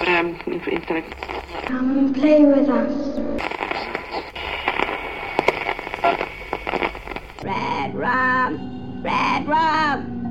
Come and play with us. Red rum, red rum.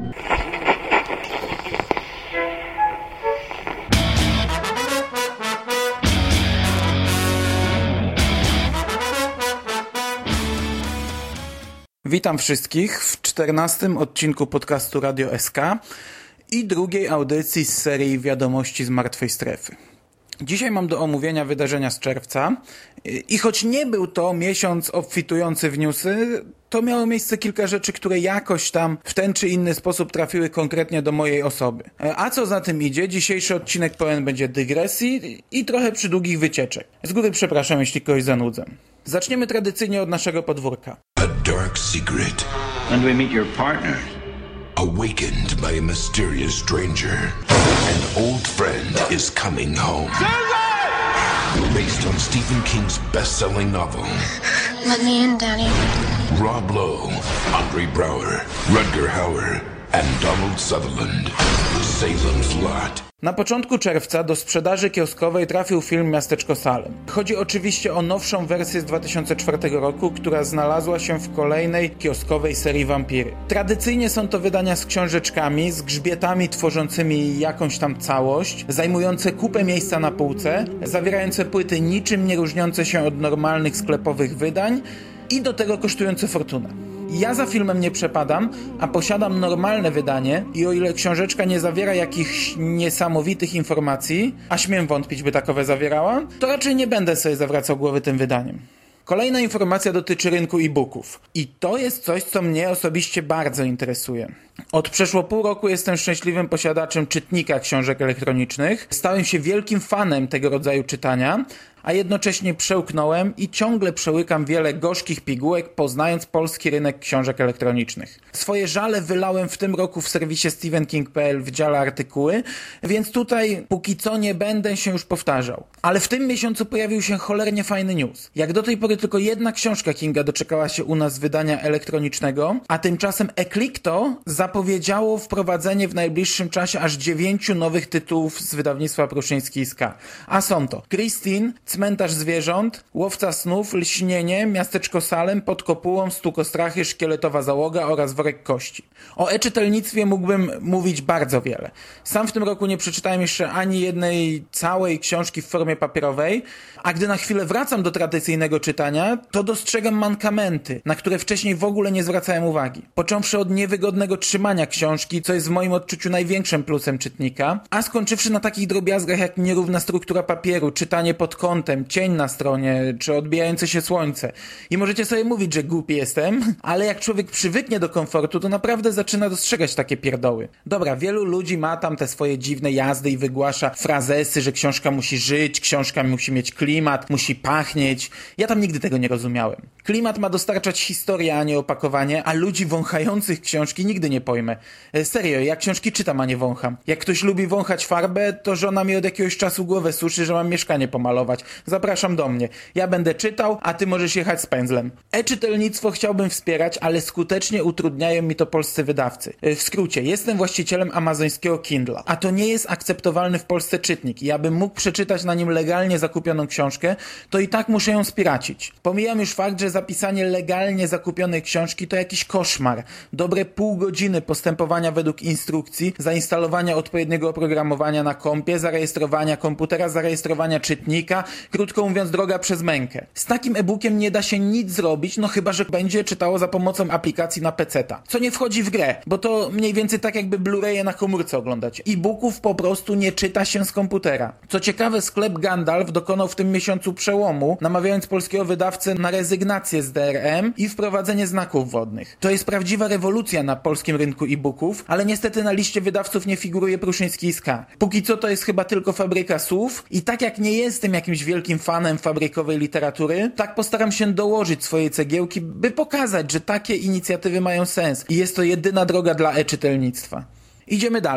Witam wszystkich w 14. odcinku podcastu Radio SK i drugiej audycji z serii Wiadomości z Martwej Strefy. Dzisiaj mam do omówienia wydarzenia z czerwca i choć nie był to miesiąc obfitujący w newsy, to miało miejsce kilka rzeczy, które jakoś tam w ten czy inny sposób trafiły konkretnie do mojej osoby. A co za tym idzie, dzisiejszy odcinek pełen będzie dygresji i trochę przydługich wycieczek. Z góry przepraszam, jeśli kogoś zanudzę. Zaczniemy tradycyjnie od naszego podwórka. A dark secret. When do we meet your partner? Awakened by a mysterious stranger. An old friend is coming home. Based on Stephen King's best-selling novel. Let me in, Danny. Rob Lowe, Andre Braugher, Rutger Hauer, and Donald Sutherland. Salem's Lot. Na początku czerwca do sprzedaży kioskowej trafił film Miasteczko Salem. Chodzi oczywiście o nowszą wersję z 2004 roku, która znalazła się w kolejnej kioskowej serii Wampiry. Tradycyjnie są to wydania z książeczkami, z grzbietami tworzącymi jakąś tam całość, zajmujące kupę miejsca na półce, zawierające płyty niczym nie różniące się od normalnych sklepowych wydań i do tego kosztujące fortunę. Ja za filmem nie przepadam, a posiadam normalne wydanie i o ile książeczka nie zawiera jakichś niesamowitych informacji, a śmiem wątpić, by takowe zawierała, to raczej nie będę sobie zawracał głowy tym wydaniem. Kolejna informacja dotyczy rynku e-booków. I to jest coś, co mnie osobiście bardzo interesuje. Od przeszło pół roku jestem szczęśliwym posiadaczem czytnika książek elektronicznych. Stałem się wielkim fanem tego rodzaju czytania, a jednocześnie przełknąłem i ciągle przełykam wiele gorzkich pigułek, poznając polski rynek książek elektronicznych. Swoje żale wylałem w tym roku w serwisie stephenking.pl w dziale artykuły, więc tutaj póki co nie będę się już powtarzał. Ale w tym miesiącu pojawił się cholernie fajny news. Jak do tej pory tylko jedna książka Kinga doczekała się u nas wydania elektronicznego, a tymczasem Eclicto zapowiedziało wprowadzenie w najbliższym czasie aż 9 nowych tytułów z wydawnictwa Pruszyński i Ska. A są to Christine, Cmentarz zwierząt, Łowca snów, Lśnienie, Miasteczko Salem, Pod kopułą, Stukostrachy, Szkieletowa załoga oraz Worek kości. O e-czytelnictwie mógłbym mówić bardzo wiele. Sam w tym roku nie przeczytałem jeszcze ani jednej całej książki w formie papierowej, a gdy na chwilę wracam do tradycyjnego czytania, to dostrzegam mankamenty, na które wcześniej w ogóle nie zwracałem uwagi. Począwszy od niewygodnego trzymania książki, co jest w moim odczuciu największym plusem czytnika, a skończywszy na takich drobiazgach jak nierówna struktura papieru, czytanie pod kątem, cień na stronie, czy odbijające się słońce. I możecie sobie mówić, że głupi jestem, ale jak człowiek przywyknie do komfortu, to naprawdę zaczyna dostrzegać takie pierdoły. Dobra, wielu ludzi ma tam te swoje dziwne jazdy i wygłasza frazesy, że książka musi żyć, książka musi mieć klimat, musi pachnieć. Ja tam nigdy tego nie rozumiałem. Klimat ma dostarczać historię, a nie opakowanie, a ludzi wąchających książki nigdy nie pojmę. Serio, ja książki czytam, a nie wącham. Jak ktoś lubi wąchać farbę, to żona mi od jakiegoś czasu głowę suszy, że mam mieszkanie pomalować. Zapraszam do mnie. Ja będę czytał, a ty możesz jechać z pędzlem. E-czytelnictwo chciałbym wspierać, ale skutecznie utrudniają mi to polscy wydawcy. W skrócie, jestem właścicielem amazońskiego Kindla, a to nie jest akceptowalny w Polsce czytnik i abym mógł przeczytać na nim legalnie zakupioną książkę, to i tak muszę ją spiracić. Pomijam już fakt, że zapisanie legalnie zakupionej książki to jakiś koszmar. Dobre pół godziny postępowania według instrukcji, zainstalowania odpowiedniego oprogramowania na kompie, zarejestrowania komputera, zarejestrowania czytnika, krótko mówiąc droga przez mękę. Z takim e-bookiem nie da się nic zrobić, no chyba że będzie czytało za pomocą aplikacji na peceta. Co nie wchodzi w grę, bo to mniej więcej tak jakby Blu-raye na komórce oglądać. E-booków po prostu nie czyta się z komputera. Co ciekawe, sklep Gandalf dokonał w tym miesiącu przełomu, namawiając polskiego wydawcę na rezygnację z DRM i wprowadzenie znaków wodnych. To jest prawdziwa rewolucja na polskim rynku e-booków, ale niestety na liście wydawców nie figuruje Pruszyński i Ska. Póki co to jest chyba tylko fabryka słów i tak jak nie jestem jakimś wielkim fanem fabrykowej literatury, tak postaram się dołożyć swojej cegiełki, by pokazać, że takie inicjatywy mają sens i jest to jedyna droga dla e-czytelnictwa. Idziemy dalej.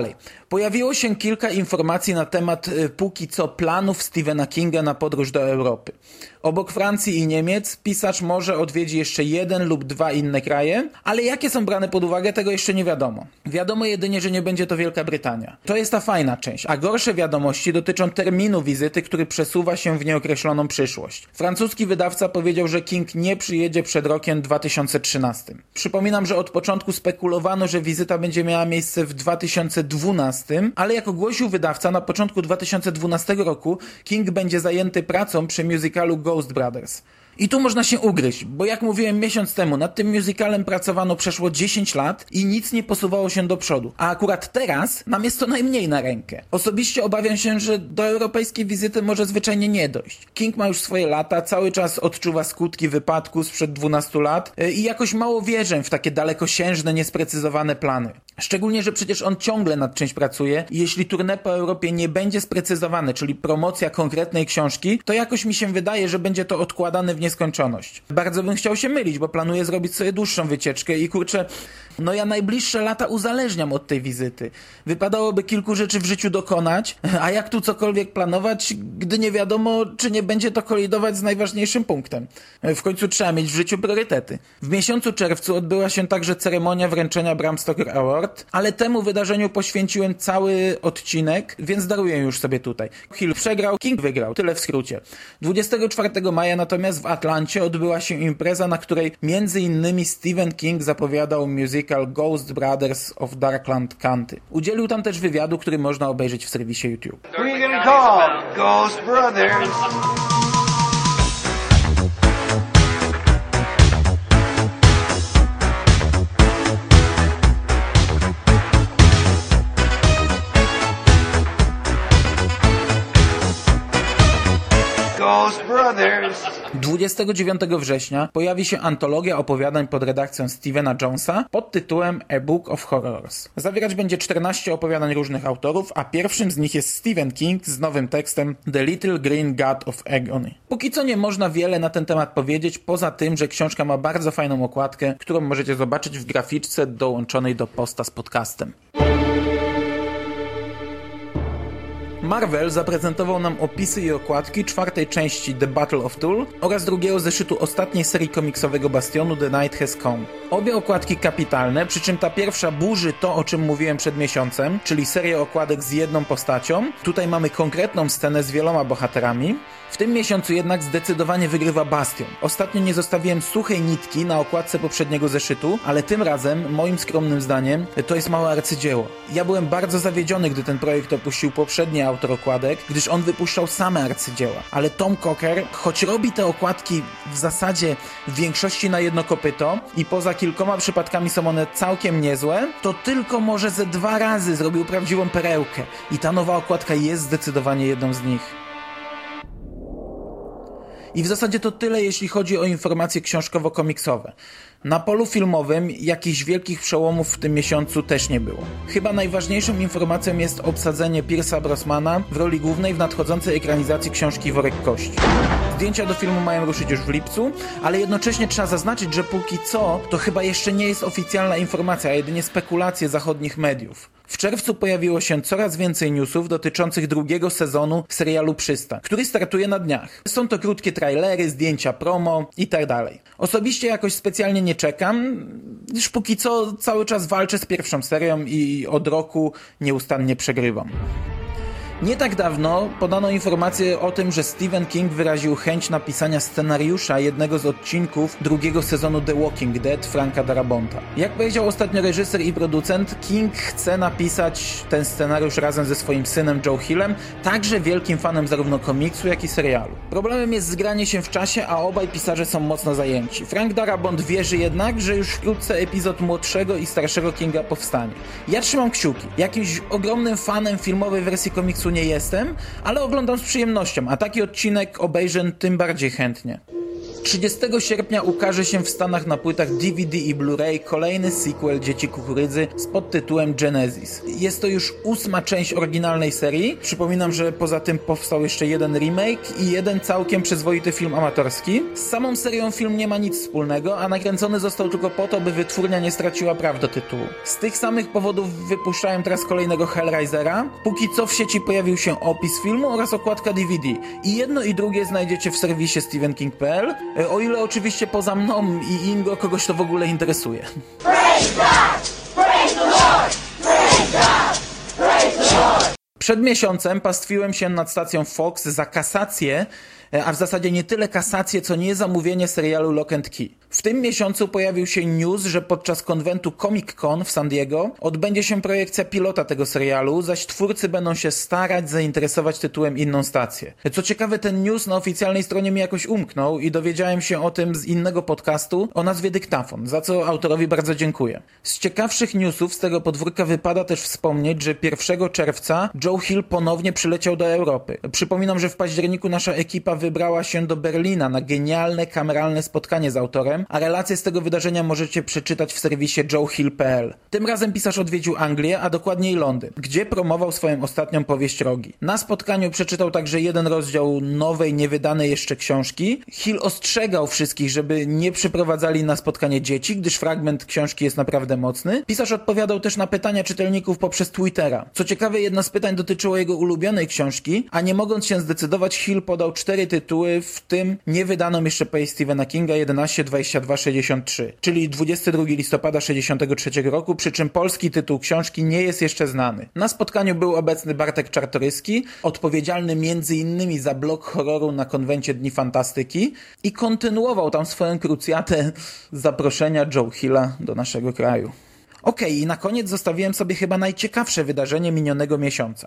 Pojawiło się kilka informacji na temat póki co planów Stephena Kinga na podróż do Europy. Obok Francji i Niemiec pisarz może odwiedzi jeszcze 1 lub 2 inne kraje, ale jakie są brane pod uwagę, tego jeszcze nie wiadomo. Wiadomo jedynie, że nie będzie to Wielka Brytania. To jest ta fajna część, a gorsze wiadomości dotyczą terminu wizyty, który przesuwa się w nieokreśloną przyszłość. Francuski wydawca powiedział, że King nie przyjedzie przed rokiem 2013. Przypominam, że od początku spekulowano, że wizyta będzie miała miejsce w 2012, ale jak ogłosił wydawca, na początku 2012 roku King będzie zajęty pracą przy musicalu Ghost Brothers. I tu można się ugryźć, bo jak mówiłem miesiąc temu, nad tym musicalem pracowano przeszło 10 lat i nic nie posuwało się do przodu. A akurat teraz nam jest to najmniej na rękę. Osobiście obawiam się, że do europejskiej wizyty może zwyczajnie nie dojść. King ma już swoje lata, cały czas odczuwa skutki wypadku sprzed 12 lat i jakoś mało wierzę w takie dalekosiężne, niesprecyzowane plany. Szczególnie, że przecież on ciągle nad czymś pracuje i jeśli tournée po Europie nie będzie sprecyzowane, czyli promocja konkretnej książki, to jakoś mi się wydaje, że będzie to odkładane w nieskończoność. Bardzo bym chciał się mylić, bo planuję zrobić sobie dłuższą wycieczkę i kurczę, no ja najbliższe lata uzależniam od tej wizyty. Wypadałoby kilku rzeczy w życiu dokonać, a jak tu cokolwiek planować, gdy nie wiadomo, czy nie będzie to kolidować z najważniejszym punktem. W końcu trzeba mieć w życiu priorytety. W miesiącu czerwcu odbyła się także ceremonia wręczenia Bram Stoker Award, ale temu wydarzeniu poświęciłem cały odcinek, więc daruję już sobie tutaj. Hill przegrał, King wygrał. Tyle w skrócie. 24 maja natomiast w Atlancie odbyła się impreza, na której między innymi Stephen King zapowiadał musical Ghost Brothers of Darkland County. Udzielił tam też wywiadu, który można obejrzeć w serwisie YouTube. Who are you gonna call? Ghost Brothers. Ghost Brothers. 29 września pojawi się antologia opowiadań pod redakcją Stephena Jonesa pod tytułem A Book of Horrors. Zawierać będzie 14 opowiadań różnych autorów, a pierwszym z nich jest Stephen King z nowym tekstem The Little Green God of Agony. Póki co nie można wiele na ten temat powiedzieć, poza tym, że książka ma bardzo fajną okładkę, którą możecie zobaczyć w graficzce dołączonej do posta z podcastem. Marvel zaprezentował nam opisy i okładki 4. części The Battle of Toul oraz drugiego zeszytu ostatniej serii komiksowego Bastionu The Night Has Come. Obie okładki kapitalne, przy czym ta pierwsza burzy to, o czym mówiłem przed miesiącem, czyli serię okładek z jedną postacią. Tutaj mamy konkretną scenę z wieloma bohaterami. W tym miesiącu jednak zdecydowanie wygrywa Bastion. Ostatnio nie zostawiłem suchej nitki na okładce poprzedniego zeszytu, ale tym razem, moim skromnym zdaniem, to jest małe arcydzieło. Ja byłem bardzo zawiedziony, gdy ten projekt opuścił poprzedni autor okładek, gdyż on wypuszczał same arcydzieła. Ale Tom Cocker, choć robi te okładki w zasadzie w większości na jedno kopyto i poza kilkoma przypadkami są one całkiem niezłe, to tylko może ze 2 razy zrobił prawdziwą perełkę. I ta nowa okładka jest zdecydowanie jedną z nich. I w zasadzie to tyle, jeśli chodzi o informacje książkowo-komiksowe. Na polu filmowym jakichś wielkich przełomów w tym miesiącu też nie było. Chyba najważniejszą informacją jest obsadzenie Pierce'a Brosnana w roli głównej w nadchodzącej ekranizacji książki Worek Kości. Zdjęcia do filmu mają ruszyć już w lipcu, ale jednocześnie trzeba zaznaczyć, że póki co to chyba jeszcze nie jest oficjalna informacja, a jedynie spekulacje zachodnich mediów. W czerwcu pojawiło się coraz więcej newsów dotyczących drugiego sezonu serialu Przystań, który startuje na dniach. Są to krótkie trailery, zdjęcia promo i tak dalej. Osobiście jakoś specjalnie nie czekam, gdyż póki co cały czas walczę z pierwszą serią i od roku nieustannie przegrywam. Nie tak dawno podano informację o tym, że Stephen King wyraził chęć napisania scenariusza jednego z odcinków drugiego sezonu The Walking Dead Franka Darabonta. Jak powiedział ostatnio reżyser i producent, King chce napisać ten scenariusz razem ze swoim synem Joe Hillem, także wielkim fanem zarówno komiksu, jak i serialu. Problemem jest zgranie się w czasie, a obaj pisarze są mocno zajęci. Frank Darabont wierzy jednak, że już wkrótce epizod młodszego i starszego Kinga powstanie. Ja trzymam kciuki. Jakimś ogromnym fanem filmowej wersji komiksu nie jestem, ale oglądam z przyjemnością, a taki odcinek obejrzę tym bardziej chętnie. 30 sierpnia ukaże się w Stanach na płytach DVD i Blu-ray kolejny sequel Dzieci Kukurydzy z podtytułem Genesis. Jest to już 8. część oryginalnej serii. Przypominam, że poza tym powstał jeszcze jeden remake i jeden całkiem przyzwoity film amatorski. Z samą serią film nie ma nic wspólnego, a nakręcony został tylko po to, by wytwórnia nie straciła praw do tytułu. Z tych samych powodów wypuszczają teraz kolejnego Hellraisera. Póki co w sieci pojawił się opis filmu oraz okładka DVD. I jedno i drugie znajdziecie w serwisie stephenking.pl, o ile oczywiście poza mną i Ingo kogoś to w ogóle interesuje. Przed miesiącem pastwiłem się nad stacją Fox za kasację, a w zasadzie nie tyle kasację, co niezamówienie serialu Lock and Key. W tym miesiącu pojawił się news, że podczas konwentu Comic-Con w San Diego odbędzie się projekcja pilota tego serialu, zaś twórcy będą się starać zainteresować tytułem inną stację. Co ciekawe, ten news na oficjalnej stronie mi jakoś umknął i dowiedziałem się o tym z innego podcastu o nazwie Dyktafon, za co autorowi bardzo dziękuję. Z ciekawszych newsów z tego podwórka wypada też wspomnieć, że 1 czerwca Joe Hill ponownie przyleciał do Europy. Przypominam, że w październiku nasza ekipa wybrała się do Berlina na genialne kameralne spotkanie z autorem, a relacje z tego wydarzenia możecie przeczytać w serwisie joehill.pl. Tym razem pisarz odwiedził Anglię, a dokładniej Londyn, gdzie promował swoją ostatnią powieść Rogi. Na spotkaniu przeczytał także jeden rozdział nowej, niewydanej jeszcze książki. Hill ostrzegał wszystkich, żeby nie przyprowadzali na spotkanie dzieci, gdyż fragment książki jest naprawdę mocny. Pisarz odpowiadał też na pytania czytelników poprzez Twittera. Co ciekawe, jedno z pytań dotyczyło jego ulubionej książki, a nie mogąc się zdecydować, Hill podał 4 tytuły, w tym niewydaną jeszcze powieść Stephena Kinga 11/22/63, czyli 22 listopada 63 roku, przy czym polski tytuł książki nie jest jeszcze znany. Na spotkaniu był obecny Bartek Czartoryski, odpowiedzialny m.in. za blok horroru na konwencie Dni Fantastyki i kontynuował tam swoją krucjatę zaproszenia Joe Hilla do naszego kraju. Okej, i na koniec zostawiłem sobie chyba najciekawsze wydarzenie minionego miesiąca.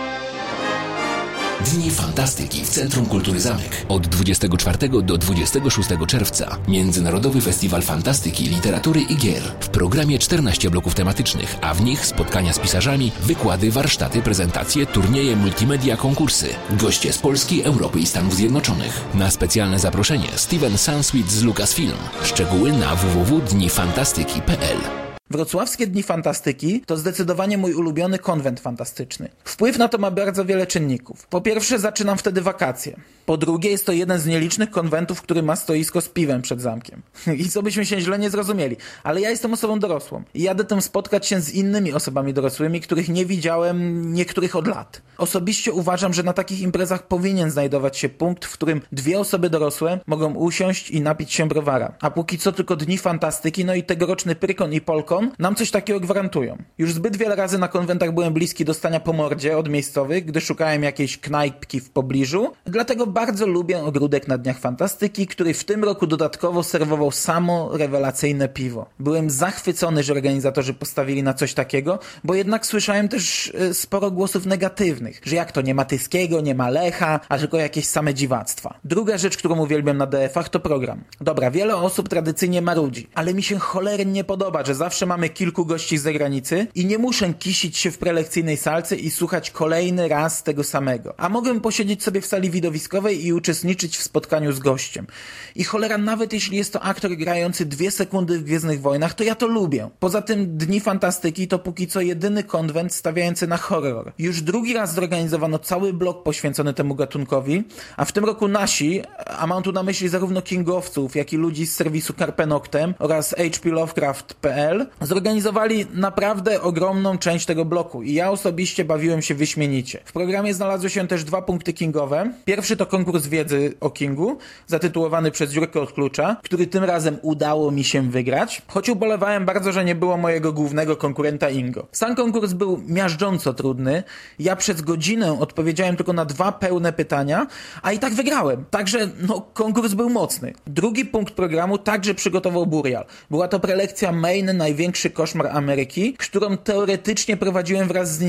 Dni Fantastyki w Centrum Kultury Zamek. Od 24 do 26 czerwca. Międzynarodowy Festiwal Fantastyki, Literatury i Gier. W programie 14 bloków tematycznych, a w nich spotkania z pisarzami, wykłady, warsztaty, prezentacje, turnieje, multimedia, konkursy. Goście z Polski, Europy i Stanów Zjednoczonych. Na specjalne zaproszenie Steven Sansweet z Lucasfilm. Szczegóły na www.dnifantastyki.pl. Wrocławskie Dni Fantastyki to zdecydowanie mój ulubiony konwent fantastyczny. Wpływ na to ma bardzo wiele czynników. Po pierwsze, zaczynam wtedy wakacje. Po drugie, jest to jeden z nielicznych konwentów, który ma stoisko z piwem przed zamkiem. I co byśmy się źle nie zrozumieli, ale ja jestem osobą dorosłą i jadę tam spotkać się z innymi osobami dorosłymi, których nie widziałem, niektórych od lat. Osobiście uważam, że na takich imprezach powinien znajdować się punkt, w którym 2 osoby dorosłe mogą usiąść i napić się browara. A póki co tylko Dni Fantastyki, no i tegoroczny Prykon i Polkon nam coś takiego gwarantują. Już zbyt wiele razy na konwentach byłem bliski dostania po mordzie od miejscowych, gdy szukałem jakiejś knajpki w pobliżu, dlatego bardzo lubię ogródek na Dniach Fantastyki, który w tym roku dodatkowo serwował samo rewelacyjne piwo. Byłem zachwycony, że organizatorzy postawili na coś takiego, bo jednak słyszałem też sporo głosów negatywnych, że jak to nie ma Tyskiego, nie ma Lecha, a tylko jakieś same dziwactwa. Druga rzecz, którą uwielbiam na DF-ach, to program. Dobra, wiele osób tradycyjnie marudzi, ale mi się cholernie podoba, że zawsze mamy kilku gości z zagranicy i nie muszę kisić się w prelekcyjnej salce i słuchać kolejny raz tego samego. A mogę posiedzieć sobie w sali widowiskowej i uczestniczyć w spotkaniu z gościem. I cholera, nawet jeśli jest to aktor grający 2 sekundy w Gwiezdnych Wojnach, to ja to lubię. Poza tym Dni Fantastyki to póki co jedyny konwent stawiający na horror. Już drugi raz zorganizowano cały blok poświęcony temu gatunkowi, a w tym roku nasi, a mam tu na myśli zarówno kingowców, jak i ludzi z serwisu Carpe Noctem oraz hplovecraft.pl, zorganizowali naprawdę ogromną część tego bloku i ja osobiście bawiłem się wyśmienicie. W programie znalazły się też 2 punkty kingowe. Pierwszy to konkurs wiedzy o Kingu, zatytułowany Przez dziurkę od klucza, który tym razem udało mi się wygrać, choć ubolewałem bardzo, że nie było mojego głównego konkurenta Ingo. Sam konkurs był miażdżąco trudny. Ja przez godzinę odpowiedziałem tylko na 2 pełne pytania, a i tak wygrałem. Także konkurs był mocny. Drugi punkt programu także przygotował Burial. Była to prelekcja Maine, największy koszmar Ameryki, którą teoretycznie prowadziłem wraz z nim.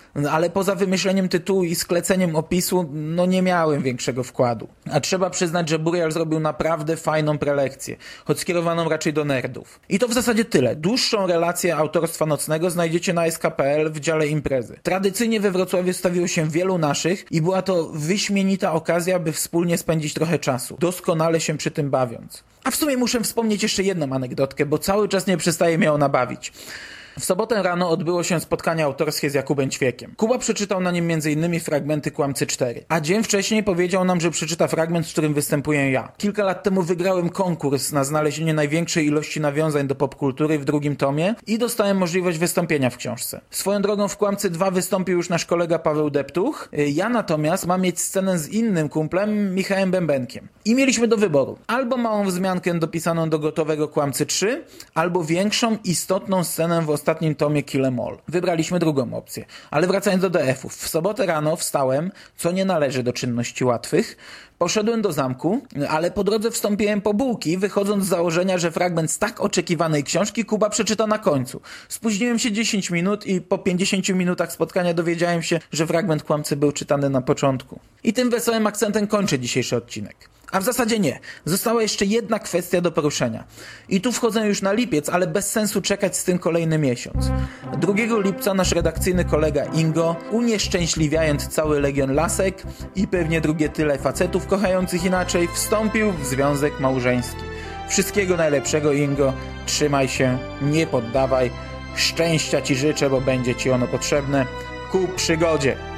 ale poza wymyśleniem tytułu i skleceniem opisu, no nie miałem większego wkładu. A trzeba przyznać, że Burial zrobił naprawdę fajną prelekcję, choć skierowaną raczej do nerdów. I to w zasadzie tyle. Dłuższą relację autorstwa nocnego znajdziecie na SK.pl w dziale imprezy. Tradycyjnie we Wrocławiu stawiło się wielu naszych i była to wyśmienita okazja, by wspólnie spędzić trochę czasu, doskonale się przy tym bawiąc. A w sumie muszę wspomnieć jeszcze jedną anegdotkę, bo cały czas nie przestaje mnie ona bawić. W sobotę rano odbyło się spotkanie autorskie z Jakubem Ćwiekiem. Kuba przeczytał na nim m.in. fragmenty Kłamcy 4, a dzień wcześniej powiedział nam, że przeczyta fragment, w którym występuję ja. Kilka lat temu wygrałem konkurs na znalezienie największej ilości nawiązań do popkultury w drugim tomie i dostałem możliwość wystąpienia w książce. Swoją drogą w Kłamcy 2 wystąpił już nasz kolega Paweł Deptuch, ja natomiast mam mieć scenę z innym kumplem, Michałem Bębenkiem. I mieliśmy do wyboru albo małą wzmiankę dopisaną do gotowego Kłamcy 3, albo większą, istotną scenę w ostatnim tomie Kill 'Em All. Wybraliśmy drugą opcję. Ale wracając do DF-ów. W sobotę rano wstałem, co nie należy do czynności łatwych. Poszedłem do zamku, ale po drodze wstąpiłem po bułki, wychodząc z założenia, że fragment z tak oczekiwanej książki Kuba przeczyta na końcu. Spóźniłem się 10 minut i po 50 minutach spotkania dowiedziałem się, że fragment Kłamcy był czytany na początku. I tym wesołym akcentem kończę dzisiejszy odcinek. A w zasadzie nie. Została jeszcze jedna kwestia do poruszenia. I tu wchodzę już na lipiec, ale bez sensu czekać z tym kolejny miesiąc. 2 lipca nasz redakcyjny kolega Ingo, unieszczęśliwiając cały legion lasek i pewnie drugie tyle facetów kochających inaczej, wstąpił w związek małżeński. Wszystkiego najlepszego, Ingo. Trzymaj się, nie poddawaj. Szczęścia ci życzę, bo będzie ci ono potrzebne. Ku przygodzie.